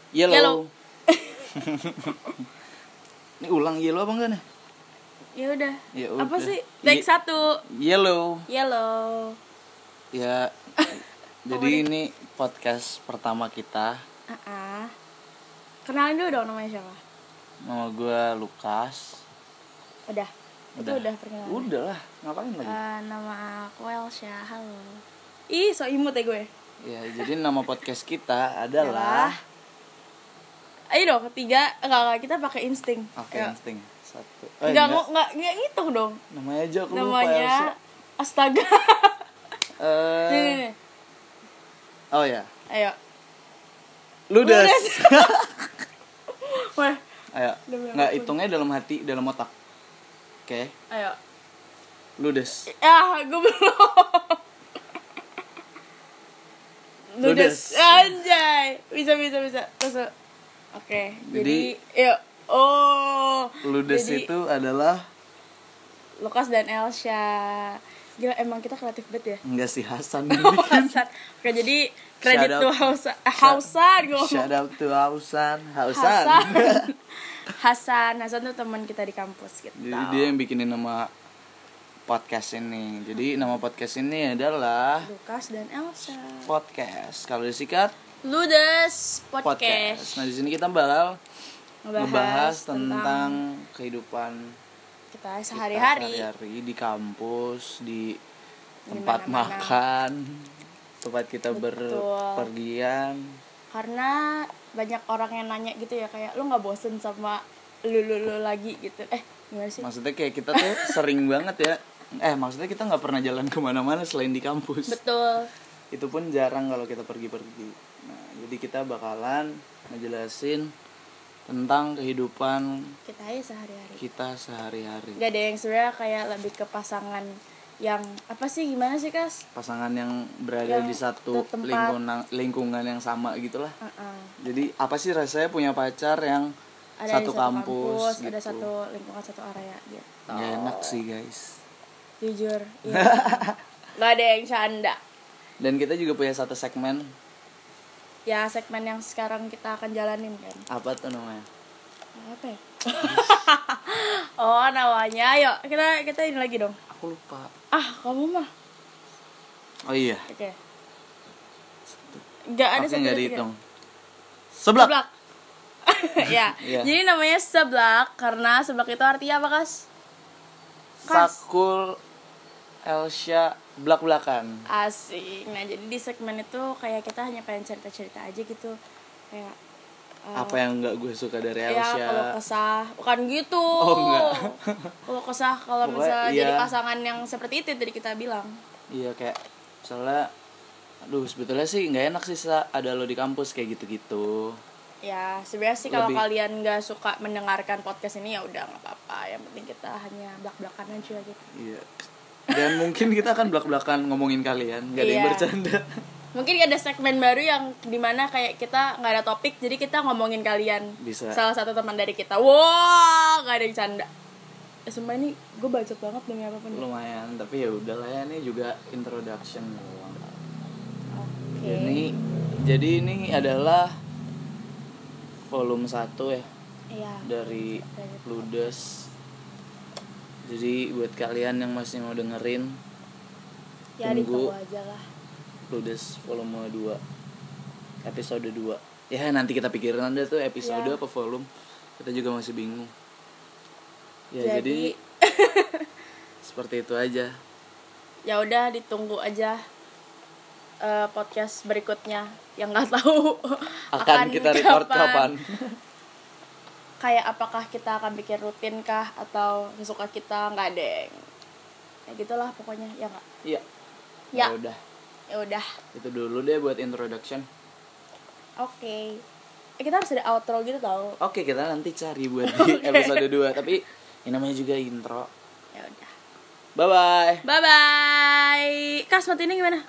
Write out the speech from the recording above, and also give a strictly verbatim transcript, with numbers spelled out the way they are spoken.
Yellow. Yellow. Ini ulang yellow apa enggak nih? Ya udah. Ya Apa udah. sih? Take Ye- satu. Yellow. Yellow. Ya. Jadi ini podcast pertama kita. Uh-uh. Kenalin dulu dong namanya siapa? Nama gue Lukas. Udah. Itu udah perkenalan. Udah lah, ngapain lagi? Uh, nama aku Elsha. Halo. Ih, so imut ya gue. Ya, jadi nama podcast kita adalah Ayo dong, ketiga. Enggak, enggak, kita pakai insting. Oke, Ayo. insting. Satu. Enggak, enggak, enggak, enggak ngitung dong. Namanya aja aku lupa. Namanya Astaga. Eh. Nih, nih, nih. Oh ya. Ayo. Ludes. Ludes. Wah, Ayo. Demi Enggak, apapun. hitungnya dalam hati, dalam otak. Oke. ayo. Ludes. Ya, gue belum. Ludes. Ludes. Anjay. Bisa, bisa, bisa. Terus. Oke, Jadi- jadi, yuk. Oh. Ludes Jadi, itu adalah Lukas dan Elsha. Gila, emang kita kreatif banget ya. enggak sih Hasan. Hausan. Oke, jadi kredit Shout tuh out. Hausan. Hausan gue ngomong. Shout out to Hasan. Hasan. Hasan. Hasan, Hasan tuh teman kita di kampus gitu. Jadi dia yang bikinin nama podcast ini. Jadi nama podcast ini adalah Lukas dan Elsha. podcast. Kalau disingkat Ludes podcast. podcast. Nah, di sini kita bakal Ngebahas ngebahas tentang tentang kehidupan kita kita sehari-hari. sehari-hari di kampus, di Di tempat mana-mana. makan, tempat kita Betul. berpergian. Karena banyak orang yang nanya gitu ya, kayak lu nggak bosen sama lu, lu lu lagi gitu. Eh gimana sih? Maksudnya kayak kita tuh sering banget ya. Eh maksudnya kita nggak pernah jalan kemana-mana selain di kampus. Betul. Itu pun jarang kalau kita pergi-pergi. Nah, jadi kita bakalan ngejelasin tentang kehidupan Kita aja sehari-hari. kita sehari-hari. Gak ada yang sebenarnya kayak lebih ke pasangan yang apa sih, gimana sih Kas? Pasangan yang berada Yang di satu tempat. lingkungan lingkungan yang sama gitulah. Uh-uh. Jadi apa sih rasanya punya pacar yang Ada satu, di satu kampus, kampus, gitu. ada satu lingkungan, satu area gitu. Nggak enak sih guys. Jujur, iya. Gak ada yang canda. Dan kita juga punya satu segmen. Ya segmen yang sekarang kita akan jalanin kan. Apa tuh namanya? Apa ya? Oh namanya, yuk kita kita ini lagi dong. Aku lupa. Ah kamu mah. Oh iya. Oke. Gak ada Oke, satu nggak tiga. dihitung. Seblak. Seblak. Ya. Iya. Jadi namanya seblak karena seblak itu artinya apa Kas? Kas. Sakul Elsha belak-belakan. Asik. Nah jadi di segmen itu kayak kita hanya pengen cerita-cerita aja gitu. Kayak uh, Apa yang nggak gue suka dari ya Elsha? kalau kesah bukan gitu. Oh, enggak. Kalau kesah kalau Pokoknya, misalnya iya. jadi pasangan yang seperti itu tadi kita bilang. Iya kayak misalnya, aduh sebetulnya sih nggak enak sih Sa, ada lo di kampus kayak gitu-gitu. Ya sebenarnya sih kalau Lebih- kalian nggak suka mendengarkan podcast ini ya udah nggak apa-apa. Yang penting kita hanya belak-belakan aja gitu. Iya. Dan mungkin kita akan belak-belakan ngomongin kalian, nggak ada yang Iya. bercanda. Mungkin ada segmen baru yang dimana kayak kita nggak ada topik, jadi kita ngomongin kalian. Bisa. Salah satu teman dari kita. Wow, nggak ada yang canda. Eh, sumpah ini gue bacot banget demi apapun. Lumayan, tapi ya udahlah ya, ini juga introduction doang. Oke. Jadi jadi ini adalah volume satu ya Iya. dari Ludes. Jadi buat kalian yang masih mau dengerin, Ya tunggu ditunggu aja lah. Ludes volume dua, episode dua. Ya nanti kita pikirin aja tuh episode Ya. apa volume. Kita juga masih bingung. Ya jadi, Jadi- seperti itu aja. Ya udah ditunggu aja eh, podcast berikutnya yang nggak tahu Akan kita record kapan? Kayak apakah kita akan bikin rutin kah atau sesuka kita, nggak ada yang ya gitulah pokoknya ya nggak. Iya. Ya. Ya udah. Ya udah. Itu dulu deh buat introduction. Oke. Eh, kita harus ada outro gitu tau. Oke, kita nanti cari buat di episode dua, tapi ini namanya juga intro. Ya udah. Bye bye. Bye bye. Kas, mati ini gimana?